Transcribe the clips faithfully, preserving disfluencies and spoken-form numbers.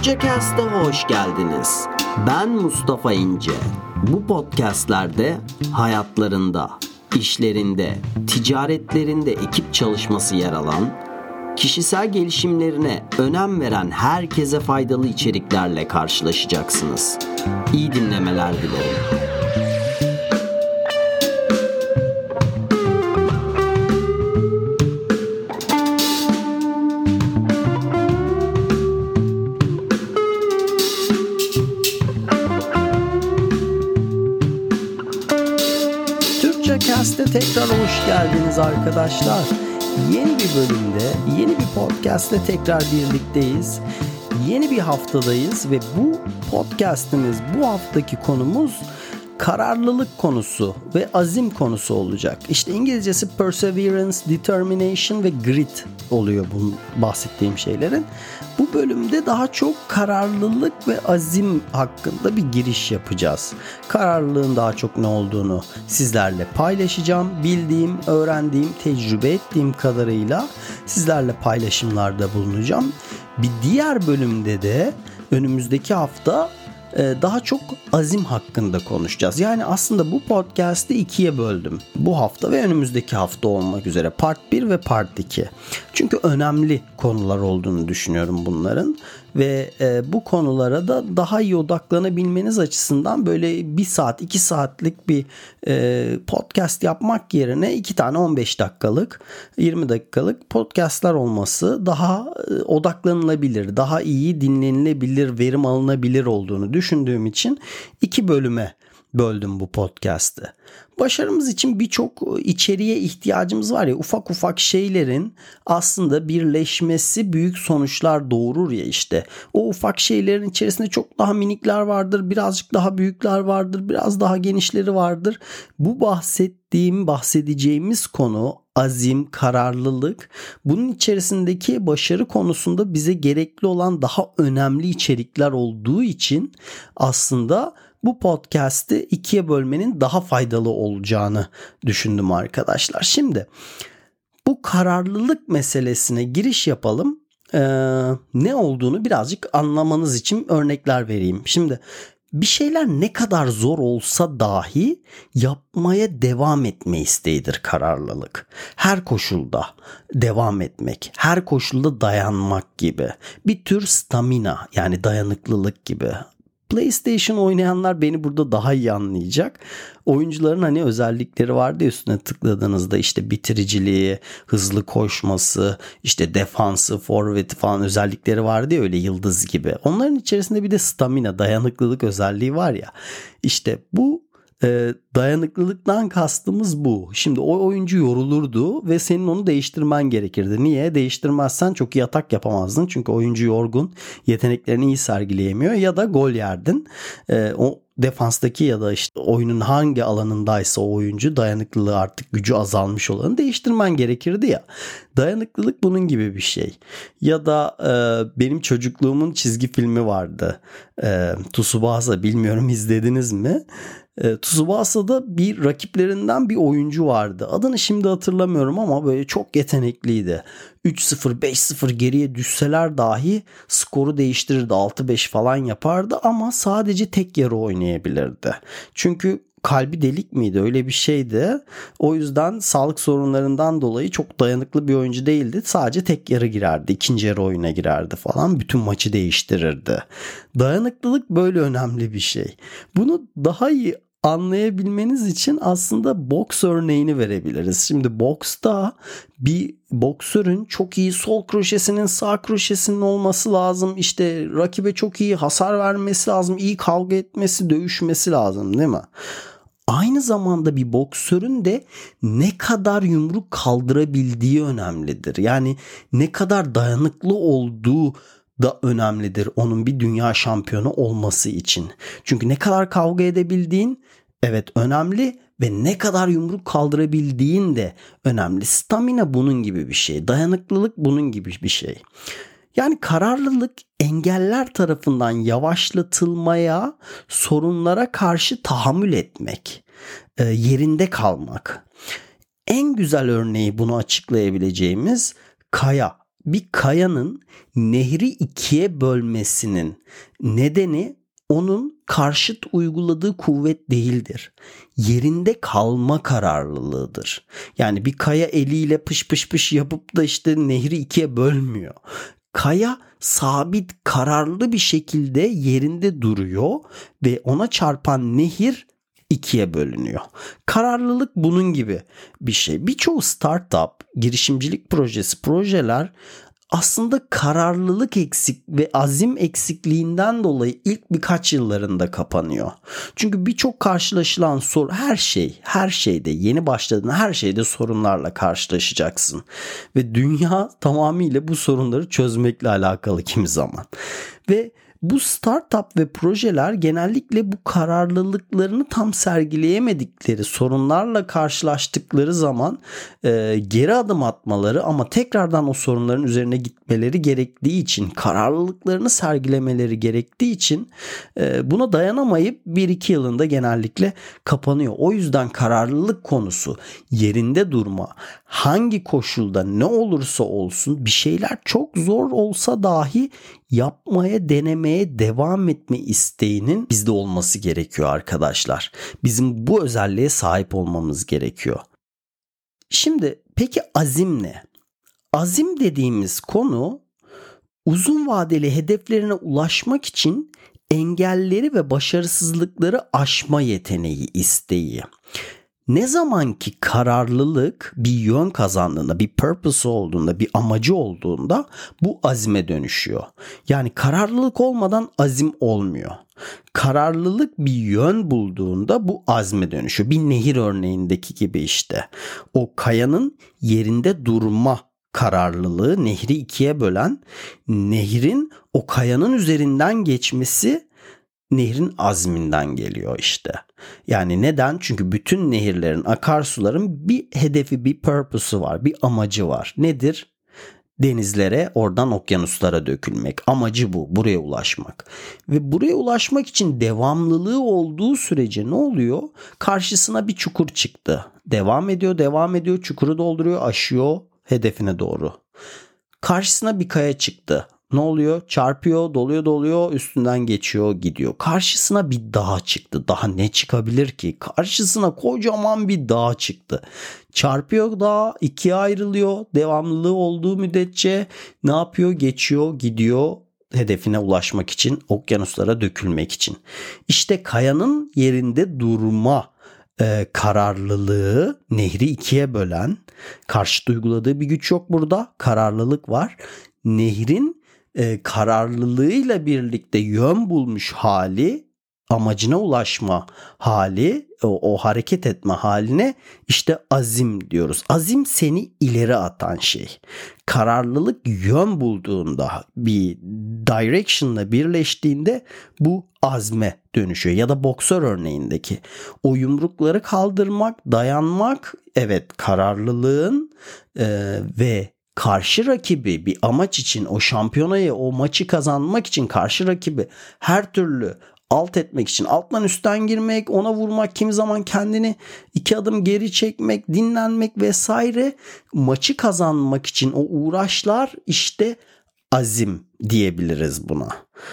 Türkçe Cast'a hoş geldiniz. Ben Mustafa İnce. Bu podcastlerde hayatlarında, işlerinde, ticaretlerinde ekip çalışması yer alan, kişisel gelişimlerine önem veren herkese faydalı içeriklerle karşılaşacaksınız. İyi dinlemeler dilerim. Podcast'e tekrar hoş geldiniz arkadaşlar. Yeni bir bölümde, yeni bir podcast'te tekrar birlikteyiz. Yeni bir haftadayız ve bu podcast'imiz, bu haftaki konumuz kararlılık konusu ve azim konusu olacak. İşte İngilizcesi perseverance, determination ve grit oluyor bu bahsettiğim şeylerin. Bu bölümde daha çok kararlılık ve azim hakkında bir giriş yapacağız. Kararlılığın daha çok ne olduğunu sizlerle paylaşacağım. Bildiğim, öğrendiğim, tecrübe ettiğim kadarıyla sizlerle paylaşımlarda bulunacağım. Bir diğer bölümde de önümüzdeki hafta daha çok azim hakkında konuşacağız. Yani aslında bu podcast'ı ikiye böldüm. Bu hafta ve önümüzdeki hafta olmak üzere part bir ve part iki. Çünkü önemli konular olduğunu düşünüyorum bunların. Ve e, bu konulara da daha iyi odaklanabilmeniz açısından böyle bir saat, iki saatlik bir e, podcast yapmak yerine iki tane on beş dakikalık, yirmi dakikalık podcastlar olması daha e, odaklanılabilir, daha iyi dinlenilebilir, verim alınabilir olduğunu düşündüğüm için iki bölüme böldüm bu podcast'ı. Başarımız için birçok içeriğe ihtiyacımız var ya, ufak ufak şeylerin aslında birleşmesi büyük sonuçlar doğurur ya işte. O ufak şeylerin içerisinde çok daha minikler vardır, birazcık daha büyükler vardır, biraz daha genişleri vardır. Bu bahsettiğim, bahsedeceğimiz konu azim, kararlılık. Bunun içerisindeki başarı konusunda bize gerekli olan daha önemli içerikler olduğu için aslında bu podcast'ı ikiye bölmenin daha faydalı olacağını düşündüm arkadaşlar. Şimdi bu kararlılık meselesine giriş yapalım. Ee, ne olduğunu birazcık anlamanız için örnekler vereyim. Şimdi bir şeyler ne kadar zor olsa dahi yapmaya devam etme isteğidir kararlılık. Her koşulda devam etmek, her koşulda dayanmak gibi. Bir tür stamina, yani dayanıklılık gibi. PlayStation oynayanlar beni burada daha iyi anlayacak. Oyuncuların hani özellikleri vardı, üstüne tıkladığınızda işte bitiriciliği, hızlı koşması, işte defansı, forveti falan özellikleri vardı ya, öyle yıldız gibi. Onların içerisinde bir de stamina, dayanıklılık özelliği var ya. İşte bu e, dayanıklılıktan kastımız bu. Şimdi o oyuncu yorulurdu ve senin onu değiştirmen gerekirdi. Niye? Değiştirmezsen çok iyi atak yapamazdın. Çünkü oyuncu yorgun, yeteneklerini iyi sergileyemiyor ya da gol yerdin. E, o defanstaki ya da işte oyunun hangi alanındaysa o oyuncu, dayanıklılığı artık gücü azalmış olanı değiştirmen gerekirdi ya. Dayanıklılık bunun gibi bir şey. Ya da e, benim çocukluğumun çizgi filmi vardı. E, Tsubasa, bilmiyorum izlediniz mi? E, Tsubasa'da bir rakiplerinden bir oyuncu vardı. Adını şimdi hatırlamıyorum ama böyle çok yetenekliydi. üç sıfır beş sıfır geriye düşseler dahi skoru değiştirirdi. altı beş falan yapardı ama sadece tek yarı oynayabilirdi. Çünkü kalbi delik miydi, öyle bir şeydi. O yüzden sağlık sorunlarından dolayı çok dayanıklı bir oyuncu değildi. Sadece tek yarı girerdi, ikinci yarı oyuna girerdi falan. Bütün maçı değiştirirdi. Dayanıklılık böyle önemli bir şey. Bunu daha iyi anlayabilmeniz için aslında boks örneğini verebiliriz. Şimdi boksta bir boksörün çok iyi sol kroşesinin, sağ kroşesinin olması lazım. İşte rakibe çok iyi hasar vermesi lazım. İyi kavga etmesi, dövüşmesi lazım, değil mi? Aynı zamanda bir boksörün de ne kadar yumruk kaldırabildiği önemlidir. Yani ne kadar dayanıklı olduğu da önemlidir onun bir dünya şampiyonu olması için. Çünkü ne kadar kavga edebildiğin evet önemli ve ne kadar yumruk kaldırabildiğin de önemli. Stamina bunun gibi bir şey. Dayanıklılık bunun gibi bir şey. Yani kararlılık engeller tarafından yavaşlatılmaya, sorunlara karşı tahammül etmek, yerinde kalmak. En güzel örneği bunu açıklayabileceğimiz kaya. bir kayanın nehri ikiye bölmesinin nedeni onun karşıt uyguladığı kuvvet değildir. Yerinde kalma kararlılığıdır. Yani bir kaya eliyle pış pış pış yapıp da işte nehri ikiye bölmüyor. Kaya sabit, kararlı bir şekilde yerinde duruyor ve ona çarpan nehir ikiye bölünüyor. Kararlılık bunun gibi bir şey. Birçoğu startup, girişimcilik projesi, projeler aslında kararlılık eksik ve azim eksikliğinden dolayı ilk birkaç yıllarında kapanıyor. Çünkü birçok karşılaşılan sorun, her şey, her şeyde yeni başladığın her şeyde sorunlarla karşılaşacaksın. Ve dünya tamamıyla bu sorunları çözmekle alakalı kimi zaman. Ve bu startup ve projeler genellikle bu kararlılıklarını tam sergileyemedikleri, sorunlarla karşılaştıkları zaman e, geri adım atmaları ama tekrardan o sorunların üzerine gitmeleri gerektiği için, kararlılıklarını sergilemeleri gerektiği için e, buna dayanamayıp bir iki yılında genellikle kapanıyor. O yüzden kararlılık konusu, yerinde durma, hangi koşulda ne olursa olsun bir şeyler çok zor olsa dahi yapmaya, denemeye devam etme isteğinin bizde olması gerekiyor arkadaşlar. Bizim bu özelliğe sahip olmamız gerekiyor. Şimdi peki azim ne? Azim dediğimiz konu uzun vadeli hedeflerine ulaşmak için engelleri ve başarısızlıkları aşma yeteneği, isteği. Ne zaman ki kararlılık bir yön kazandığında, bir purpose olduğunda, bir amacı olduğunda bu azime dönüşüyor. Yani kararlılık olmadan azim olmuyor. Kararlılık bir yön bulduğunda bu azme dönüşüyor. Bir nehir örneğindeki gibi işte. O kayanın yerinde durma kararlılığı nehri ikiye bölen, nehrin o kayanın üzerinden geçmesi nehrin azminden geliyor işte. Yani neden? Çünkü bütün nehirlerin, akarsuların bir hedefi, bir purpose'u var, bir amacı var. Nedir? Denizlere, oradan okyanuslara dökülmek. Amacı bu, buraya ulaşmak. Ve buraya ulaşmak için devamlılığı olduğu sürece ne oluyor? Karşısına bir çukur çıktı. Devam ediyor, devam ediyor, çukuru dolduruyor, aşıyor hedefine doğru. Karşısına bir kaya çıktı. Ne oluyor? Çarpıyor, doluyor, doluyor, üstünden geçiyor, gidiyor. Karşısına bir dağ çıktı. Daha ne çıkabilir ki? Karşısına kocaman bir dağ çıktı. Çarpıyor dağ, ikiye ayrılıyor. Devamlılığı olduğu müddetçe ne yapıyor? Geçiyor, gidiyor hedefine ulaşmak için, okyanuslara dökülmek için. İşte kayanın yerinde durma e, kararlılığı nehri ikiye bölen, karşıt uyguladığı bir güç yok burada. Kararlılık var. Nehrin e, kararlılığıyla birlikte yön bulmuş hali, amacına ulaşma hali, o, o hareket etme haline işte azim diyoruz. Azim seni ileri atan şey. Kararlılık yön bulduğunda, bir direction'la birleştiğinde bu azme dönüşüyor. Ya da boksör örneğindeki o yumrukları kaldırmak, dayanmak, evet kararlılığın e, ve karşı rakibi bir amaç için, o şampiyonayı, o maçı kazanmak için karşı rakibi her türlü alt etmek için alttan üstten girmek, ona vurmak, kimi zaman kendini iki adım geri çekmek, dinlenmek vesaire, maçı kazanmak için o uğraşlar işte azim diyebiliriz buna.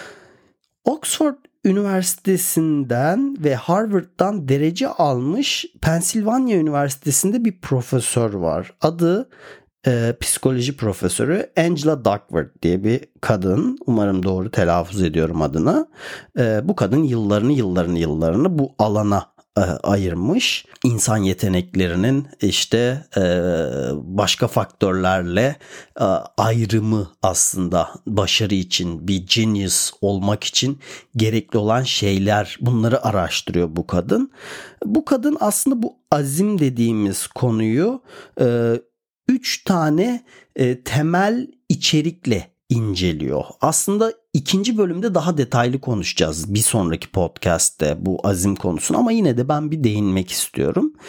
Oxford Üniversitesi'nden ve Harvard'dan derece almış Pennsylvania Üniversitesi'nde bir profesör var. Adı e, psikoloji profesörü Angela Duckworth diye bir kadın. Umarım doğru telaffuz ediyorum adını. E, bu kadın yıllarını yıllarını yıllarını bu alana e, ayırmış. İnsan yeteneklerinin işte e, başka faktörlerle e, ayrımı, aslında başarı için, bir genius olmak için gerekli olan şeyler, bunları araştırıyor bu kadın. Bu kadın aslında bu azim dediğimiz konuyu e, üç tane e, temel içerikle inceliyor. Aslında ikinci bölümde daha detaylı konuşacağız bir sonraki podcast'te bu azim konusunu, ama yine de ben bir değinmek istiyorum.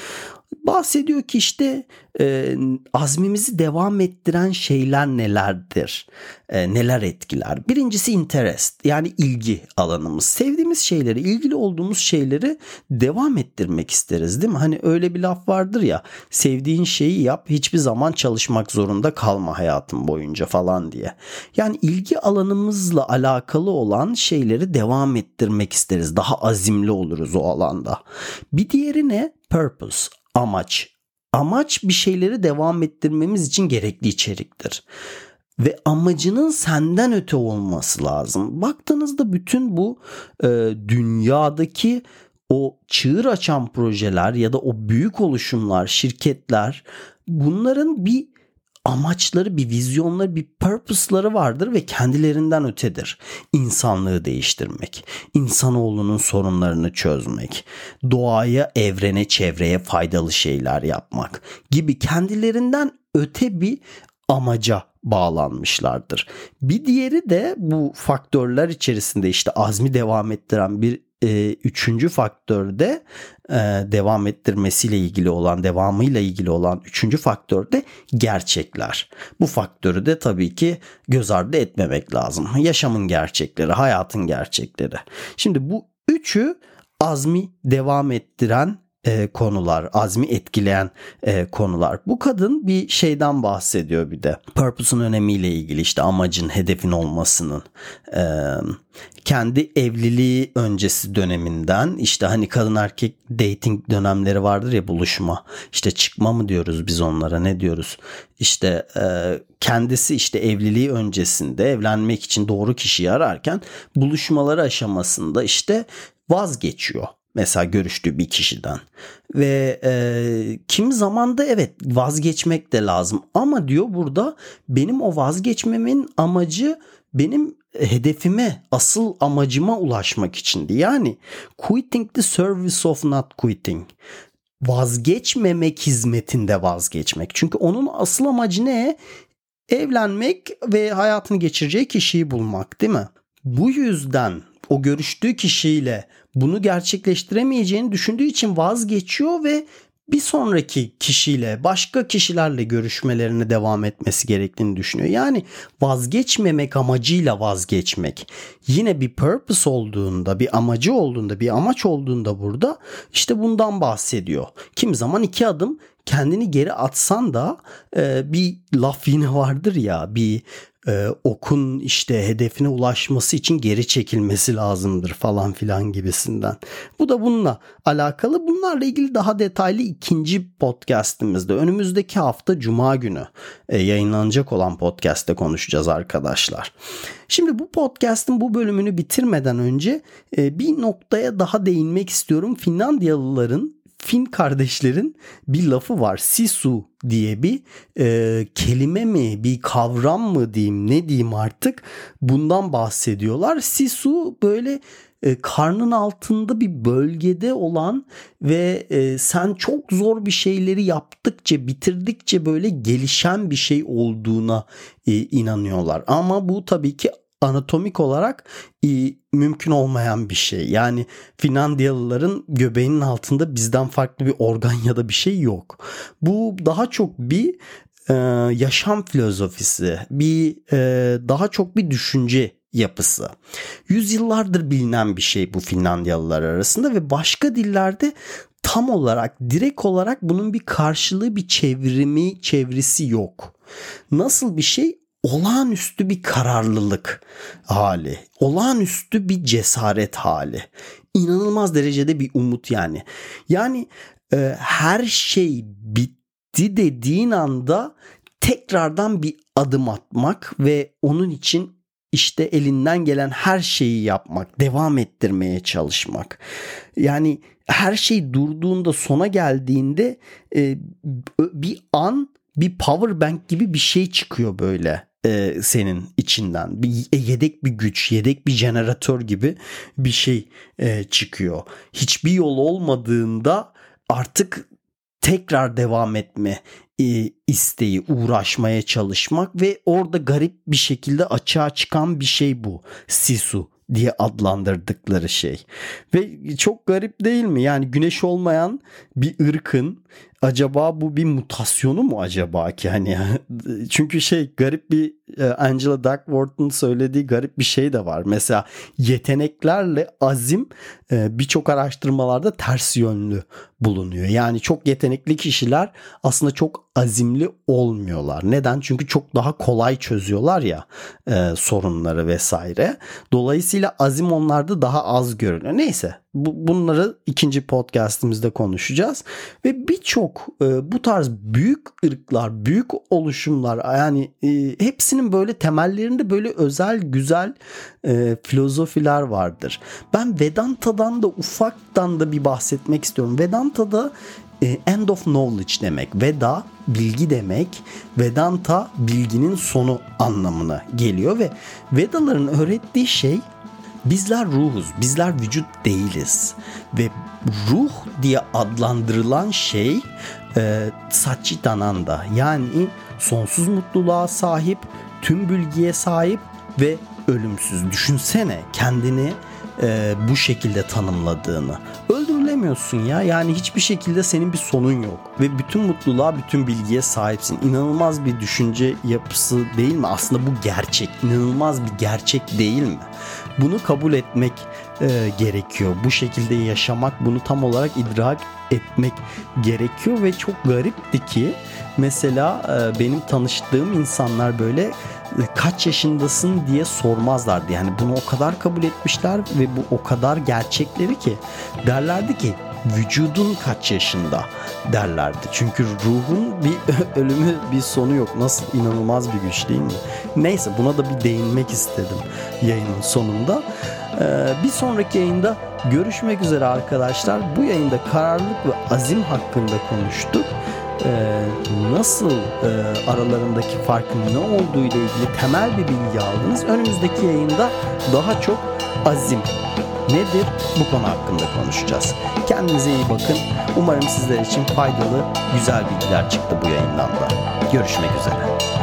bahsediyor ki işte e, azmimizi devam ettiren şeyler nelerdir? E, neler etkiler? Birincisi interest, yani ilgi alanımız. Sevdiğimiz şeyleri, ilgili olduğumuz şeyleri devam ettirmek isteriz, değil mi? Hani öyle bir laf vardır ya, sevdiğin şeyi yap, hiçbir zaman çalışmak zorunda kalma hayatın boyunca falan diye. Yani ilgi alanımızla alakalı olan şeyleri devam ettirmek isteriz. Daha azimli oluruz o alanda. Bir diğeri ne? Purpose, amaç. Amaç bir şeyleri devam ettirmemiz için gerekli içeriktir. Ve amacının senden öte olması lazım. Baktığınızda bütün bu e, dünyadaki o çığır açan projeler ya da o büyük oluşumlar, şirketler, bunların bir amaçları, bir vizyonları, bir purpose'ları vardır ve kendilerinden ötedir. İnsanlığı değiştirmek, insanoğlunun sorunlarını çözmek, doğaya, evrene, çevreye faydalı şeyler yapmak gibi kendilerinden öte bir amaca bağlanmışlardır. Bir diğeri de bu faktörler içerisinde işte azmi devam ettiren bir e, üçüncü faktör de e, devam ettirmesiyle ilgili olan, devamıyla ilgili olan üçüncü faktör de gerçekler. Bu faktörü de tabii ki göz ardı etmemek lazım. Yaşamın gerçekleri, hayatın gerçekleri. Şimdi bu üçü azmi devam ettiren E, konular, azmi etkileyen e, konular. Bu kadın bir şeyden bahsediyor bir de. Purpose'un önemiyle ilgili, işte amacın, hedefin olmasının. E, kendi evliliği öncesi döneminden, işte hani kadın erkek dating dönemleri vardır ya, buluşma. İşte çıkma mı diyoruz biz onlara, ne diyoruz? İşte e, kendisi işte evliliği öncesinde evlenmek için doğru kişiyi ararken buluşmaları aşamasında işte vazgeçiyor. Mesela görüştüğü bir kişiden ve e, kimi zaman da evet vazgeçmek de lazım ama diyor burada benim o vazgeçmemin amacı benim hedefime, asıl amacıma ulaşmak içindi. Yani quitting the service of not quitting. Vazgeçmemek hizmetinde vazgeçmek. Çünkü onun asıl amacı ne? Evlenmek ve hayatını geçireceği kişiyi bulmak, değil mi? Bu yüzden o görüştüğü kişiyle bunu gerçekleştiremeyeceğini düşündüğü için vazgeçiyor ve bir sonraki kişiyle, başka kişilerle görüşmelerine devam etmesi gerektiğini düşünüyor. Yani vazgeçmemek amacıyla vazgeçmek. Yine bir purpose olduğunda, bir amacı olduğunda, bir amaç olduğunda burada işte bundan bahsediyor. Kimi zaman iki adım kendini geri atsan da e, bir laf yine vardır ya, bir e, okun işte hedefine ulaşması için geri çekilmesi lazımdır falan filan gibisinden. Bu da bununla alakalı. Bunlarla ilgili daha detaylı ikinci podcastimizde önümüzdeki hafta Cuma günü e, yayınlanacak olan podcastte konuşacağız arkadaşlar. Şimdi bu podcast'ın bu bölümünü bitirmeden önce e, bir noktaya daha değinmek istiyorum. Finlandiyalıların, Fin kardeşlerin bir lafı var. Sisu diye bir e, kelime mi, bir kavram mı diyeyim, ne diyeyim artık, bundan bahsediyorlar. Sisu böyle e, karnın altında bir bölgede olan ve e, sen çok zor bir şeyleri yaptıkça, bitirdikçe böyle gelişen bir şey olduğuna e, inanıyorlar. Ama bu tabii ki anatomik olarak e, mümkün olmayan bir şey. Yani Finlandiyalıların göbeğinin altında bizden farklı bir organ ya da bir şey yok. Bu daha çok bir e, yaşam filozofisi, bir e, daha çok bir düşünce yapısı. Yüzyıllardır bilinen bir şey bu Finlandiyalılar arasında ve başka dillerde tam olarak, direkt olarak bunun bir karşılığı, bir çevrimi, çevresi yok. Nasıl bir şey? Olağanüstü bir kararlılık hali, olağanüstü bir cesaret hali, inanılmaz derecede bir umut yani. Yani e, her şey bitti dediğin anda tekrardan bir adım atmak ve onun için işte elinden gelen her şeyi yapmak, devam ettirmeye çalışmak. Yani her şey durduğunda, sona geldiğinde e, bir an bir power bank gibi bir şey çıkıyor böyle. E, senin içinden bir yedek bir güç, yedek bir jeneratör gibi bir şey e, çıkıyor. Hiçbir yol olmadığında artık tekrar devam etme e, isteği, uğraşmaya çalışmak ve orada garip bir şekilde açığa çıkan bir şey bu. Sisu diye adlandırdıkları şey. Ve çok garip değil mi? Yani güneş olmayan bir ırkın acaba bu bir mutasyonu mu acaba ki hani çünkü şey garip bir Angela Duckworth'un söylediği garip bir şey de var. Mesela yeteneklerle azim birçok araştırmalarda ters yönlü bulunuyor. Yani çok yetenekli kişiler aslında çok azimli olmuyorlar. Neden? Çünkü çok daha kolay çözüyorlar ya e, sorunları vesaire. Dolayısıyla azim onlarda daha az görünüyor. Neyse bu, bunları ikinci podcastimizde konuşacağız. Ve birçok e, bu tarz büyük ırklar, büyük oluşumlar yani e, hepsinin böyle temellerinde böyle özel güzel e, filozofiler vardır. Ben Vedanta'dan da ufaktan da bir bahsetmek istiyorum. Vedanta'da end of knowledge demek. Veda bilgi demek. Vedanta bilginin sonu anlamına geliyor ve Vedaların öğrettiği şey bizler ruhuz. Bizler vücut değiliz. Ve ruh diye adlandırılan şey e, Satchitananda yani sonsuz mutluluğa sahip, tüm bilgiye sahip ve ölümsüz. Düşünsene kendini e, bu şekilde tanımladığını. Öldürülemiyorsun ya. Yani hiçbir şekilde senin bir sonun yok. Ve bütün mutluluğa, bütün bilgiye sahipsin. İnanılmaz bir düşünce yapısı değil mi? Aslında bu gerçek. İnanılmaz bir gerçek değil mi? Bunu kabul etmek e, gerekiyor. Bu şekilde yaşamak, bunu tam olarak idrak etmek gerekiyor ve çok garipti ki mesela e, benim tanıştığım insanlar böyle kaç yaşındasın diye sormazlardı. Yani bunu o kadar kabul etmişler ve bu o kadar gerçekleri ki derlerdi ki vücudun kaç yaşında derlerdi. Çünkü ruhun bir ölümü, bir sonu yok. Nasıl inanılmaz bir güç değil mi? Neyse buna da bir değinmek istedim yayının sonunda. Ee, bir sonraki yayında görüşmek üzere arkadaşlar. Bu yayında kararlılık ve azim hakkında konuştuk. Ee, nasıl e, aralarındaki farkın ne olduğu ile ilgili temel bir bilgi aldınız. Önümüzdeki yayında daha çok azim nedir bu konu hakkında konuşacağız. Kendinize iyi bakın. Umarım sizler için faydalı, güzel bilgiler çıktı bu yayından da. Görüşmek üzere.